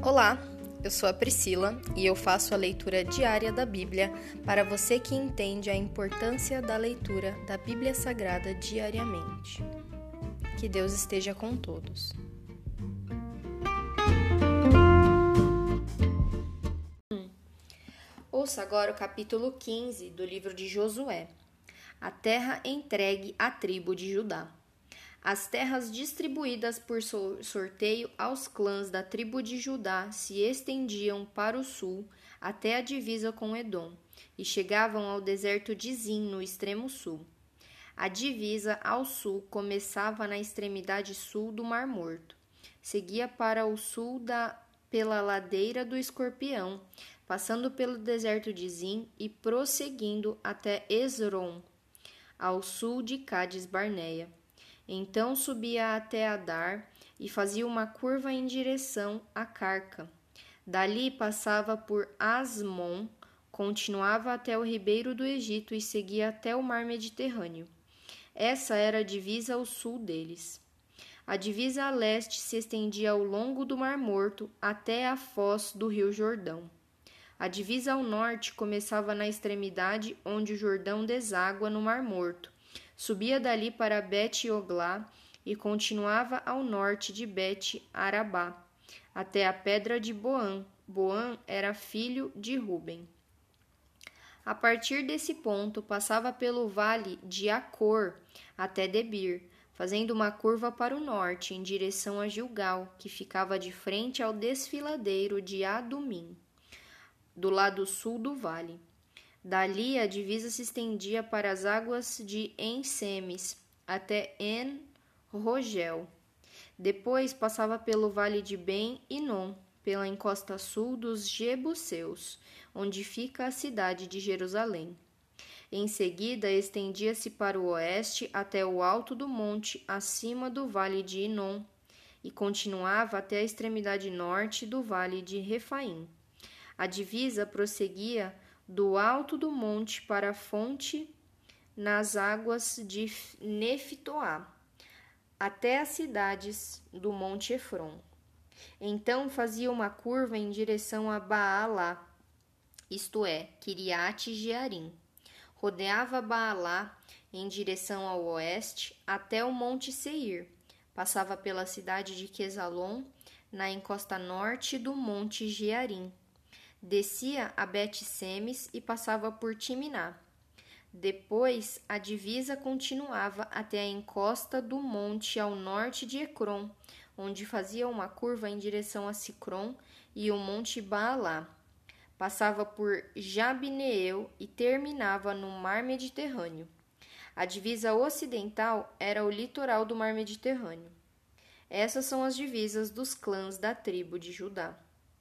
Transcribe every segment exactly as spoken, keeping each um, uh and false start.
Olá, eu sou a Priscila e eu faço a leitura diária da Bíblia para você que entende a importância da leitura da Bíblia Sagrada diariamente. Que Deus esteja com todos. Ouça agora o capítulo quinze do livro de Josué. A terra entregue à tribo de Judá. As terras distribuídas por sorteio aos clãs da tribo de Judá se estendiam para o sul até a divisa com Edom e chegavam ao deserto de Zin, no extremo sul. A divisa ao sul começava na extremidade sul do Mar Morto, seguia para o sul da, pela ladeira do Escorpião, passando pelo deserto de Zin e prosseguindo até Esrom, ao sul de Cádiz Barneia. Então subia até Adar e fazia uma curva em direção a Carca. Dali passava por Asmon, continuava até o ribeiro do Egito e seguia até o mar Mediterrâneo. Essa era a divisa ao sul deles. A divisa a leste se estendia ao longo do Mar Morto até a foz do rio Jordão. A divisa ao norte começava na extremidade onde o Jordão deságua no Mar Morto. Subia dali para Bet-Oglá e continuava ao norte de Bet-Arabá, até a pedra de Boã. Boã era filho de Ruben. A partir desse ponto, passava pelo vale de Acor até Debir, fazendo uma curva para o norte, em direção a Gilgal, que ficava de frente ao desfiladeiro de Adumim, do lado sul do vale. Dali a divisa se estendia para as águas de En-Semes, até En-Rogel. Depois passava pelo vale de Ben-Inom, pela encosta sul dos Jebuseus, onde fica a cidade de Jerusalém. Em seguida, estendia-se para o oeste até o alto do monte, acima do vale de Inom, e continuava até a extremidade norte do vale de Refaim. A divisa prosseguia do alto do monte para a fonte nas águas de Neftoá, até as cidades do monte Efron. Então fazia uma curva em direção a Baalá, isto é, Kiriate Jearim. Rodeava Baalá em direção ao oeste até o monte Seir. Passava pela cidade de Quesalon, na encosta norte do monte Jearim. Descia a Bet-Semes e passava por Timná. Depois, a divisa continuava até a encosta do monte ao norte de Ecrom, onde fazia uma curva em direção a Sicrom e o monte Baalá. Passava por Jabneel e terminava no mar Mediterrâneo. A divisa ocidental era o litoral do mar Mediterrâneo. Essas são as divisas dos clãs da tribo de Judá.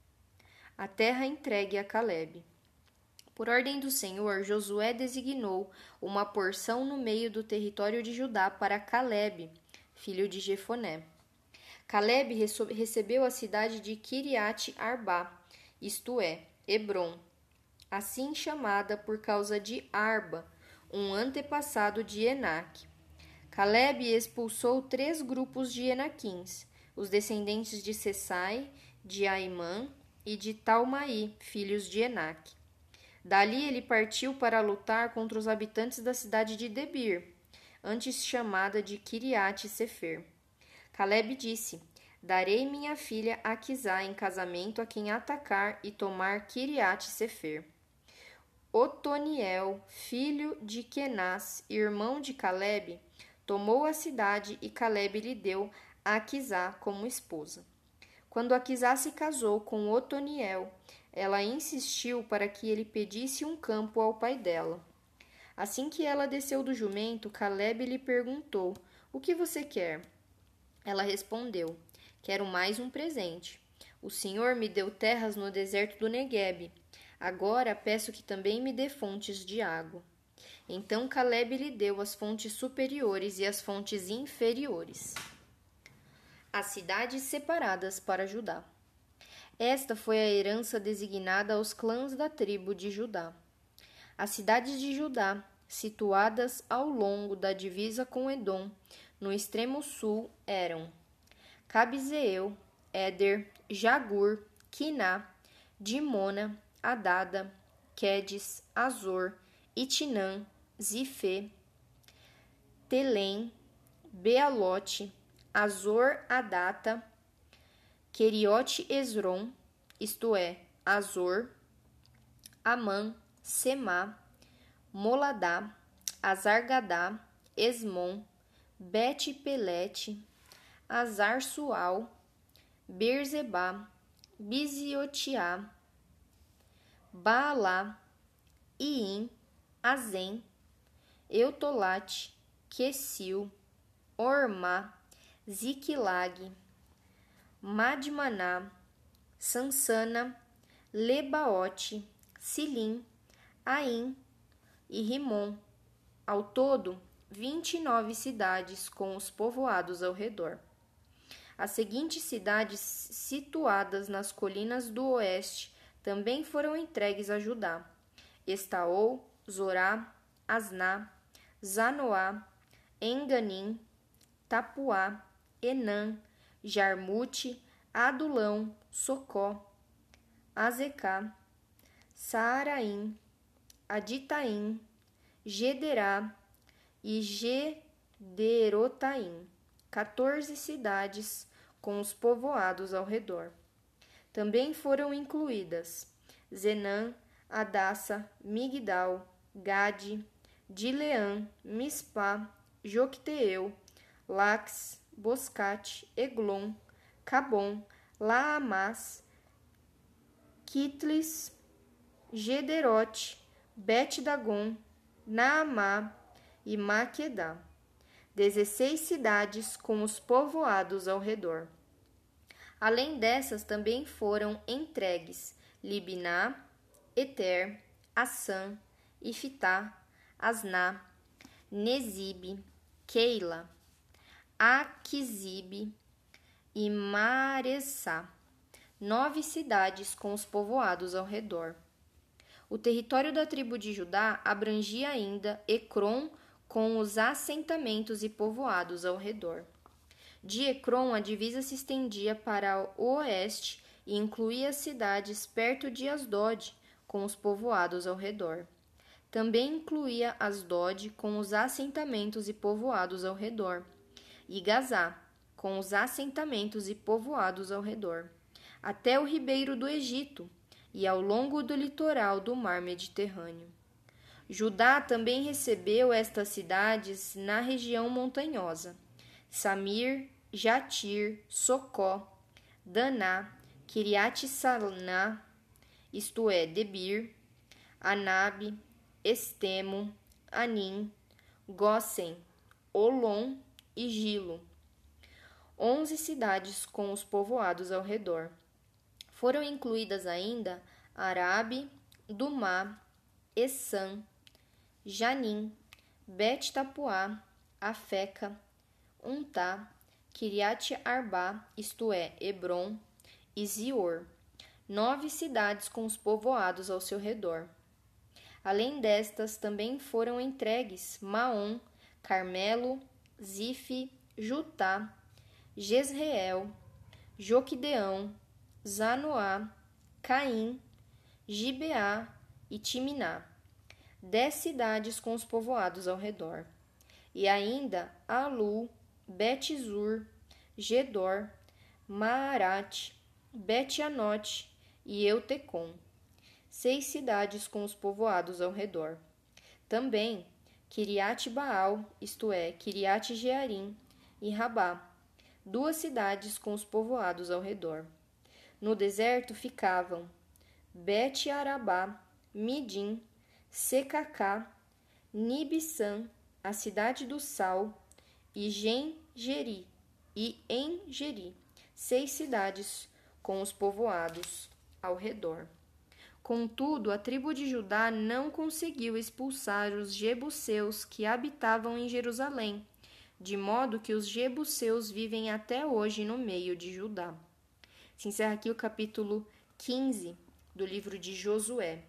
A terra entregue a Calebe. Por ordem do Senhor, Josué designou uma porção no meio do território de Judá para Calebe, filho de Jefoné. Calebe recebeu a cidade de Kiriate Arbá, isto é, Hebrom, assim chamada por causa de Arba, um antepassado de Enaque. Calebe expulsou três grupos de Enaquins, os descendentes de Sessai, de Aimã e de Talmai, filhos de Enaque. Dali ele partiu para lutar contra os habitantes da cidade de Debir, antes chamada de Kiriate Sefer. Calebe disse: Darei minha filha Aquisá em casamento a quem atacar e tomar Kiriate Sefer. Otoniel, filho de Kenaz, irmão de Calebe, tomou a cidade e Calebe lhe deu Aquisá como esposa. Quando Aquisá se casou com Otoniel, ela insistiu para que ele pedisse um campo ao pai dela. Assim que ela desceu do jumento, Calebe lhe perguntou: O que você quer? Ela respondeu: Quero mais um presente. O Senhor me deu terras no deserto do Neguebe. Agora peço que também me dê fontes de água. Então Calebe lhe deu as fontes superiores e as fontes inferiores, as cidades separadas para Judá. Esta foi a herança designada aos clãs da tribo de Judá. As cidades de Judá, situadas ao longo da divisa com Edom, no extremo sul, eram Cabzeel, Éder, Jagur, Quiná, Dimona, Adada, Quedes, Azor, Itinã, Zifê, Telém, Bealote, Azor Adata, Queriote Esron, isto é, Azor, Amã, Semá, Moladá, Azargadá, Esmon, Bet-Pelete, Azar-Sual, Berzebá, Biziotiá, Baalá, Iim, Azem, Eutolate, Quesil, Ormá, Ziquilag, Madmaná, Sansana, Lebaote, Silim, Aim e Rimon. Ao todo, vinte e nove cidades com os povoados ao redor. As seguintes cidades situadas nas colinas do oeste também foram entregues a Judá: Estaol, Zorá, Asná, Zanoá, Enganim, Tapuá, Enã, Jarmute, Adulão, Socó, Azecá, Saaraim, Aditaim, Gederá e Gederotaim, quatorze cidades com os povoados ao redor. Também foram incluídas Zenã, Adassa, Migdal, Gade, Dileã, Mispá, Jocteel, Lax, Boscate, Eglon, Cabom, Laamás, Quitlis, Gederote, Bet-Dagon, Naamá e Maquedá. Dezesseis cidades com os povoados ao redor. Além dessas, também foram entregues Libná, Eter, Assã, Ifitá, Asná, Nezibe, Keila, Aquisibe e Maressá, nove cidades com os povoados ao redor. O território da tribo de Judá abrangia ainda Ecrom com os assentamentos e povoados ao redor. De Ecrom, a divisa se estendia para o oeste e incluía as cidades perto de Asdod, com os povoados ao redor. Também incluía Asdod, com os assentamentos e povoados ao redor, e Gazá, com os assentamentos e povoados ao redor, até o ribeiro do Egito e ao longo do litoral do mar Mediterrâneo. Judá também recebeu estas cidades na região montanhosa: Samir, Jatir, Socó, Daná, Kiriat-Saná, isto é, Debir, Anabe, Estemo, Anim, Gósen, Olom e Gilo. Onze cidades com os povoados ao redor. Foram incluídas ainda Arabe, Dumá, Essã, Janim, Bet-Tapuá, Afeca, Untá, Quiriat-Arbá, isto é, Hebron, e Zior, nove cidades com os povoados ao seu redor. Além destas, também foram entregues Maom, Carmelo, Zife, Jutá, Jezreel, Joquideão, Zanoá, Caim, Gibeá e Timiná, dez cidades com os povoados ao redor. E ainda Alu, Bet-Zur, Gedor, Maarat, Bet-Anote e Eutecom, seis cidades com os povoados ao redor. Também Quiriat-Baal, isto é, Quiriat-Jearim e Rabá, duas cidades com os povoados ao redor. No deserto ficavam Bet-Arabá, Midim, Secacá, Nibissã, a cidade do Sal, e Gengeri e Engeri, seis cidades com os povoados ao redor. Contudo, a tribo de Judá não conseguiu expulsar os jebuseus que habitavam em Jerusalém, de modo que os jebuseus vivem até hoje no meio de Judá. Se encerra aqui o capítulo quinze do livro de Josué.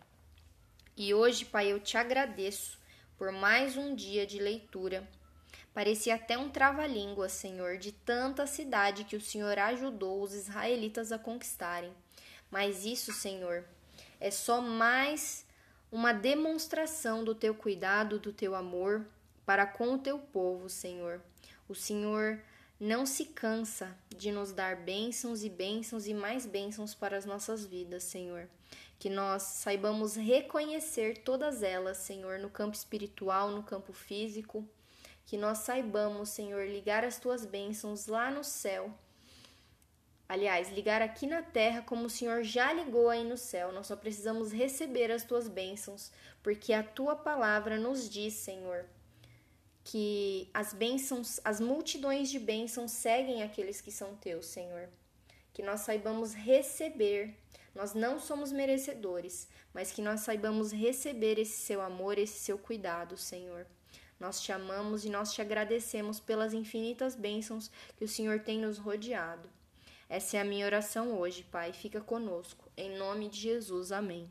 E hoje, Pai, eu te agradeço por mais um dia de leitura. Parecia até um trava-língua, Senhor, de tanta cidade que o Senhor ajudou os israelitas a conquistarem. Mas isso, Senhor, é só mais uma demonstração do teu cuidado, do teu amor para com o teu povo, Senhor. O Senhor não se cansa de nos dar bênçãos e bênçãos e mais bênçãos para as nossas vidas, Senhor. Que nós saibamos reconhecer todas elas, Senhor, no campo espiritual, no campo físico. Que nós saibamos, Senhor, ligar as tuas bênçãos lá no céu. Aliás, ligar aqui na terra como o Senhor já ligou aí no céu. Nós só precisamos receber as tuas bênçãos, porque a tua palavra nos diz, Senhor, que as bênçãos, as multidões de bênçãos seguem aqueles que são teus, Senhor. Que nós saibamos receber. Nós não somos merecedores, mas que nós saibamos receber esse seu amor, esse seu cuidado, Senhor. Nós te amamos e nós te agradecemos pelas infinitas bênçãos que o Senhor tem nos rodeado. Essa é a minha oração hoje, Pai. Fica conosco. Em nome de Jesus. Amém.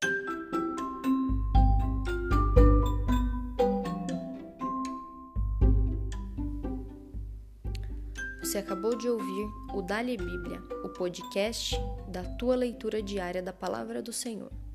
Você acabou de ouvir o Dali Bíblia, o podcast da tua leitura diária da Palavra do Senhor.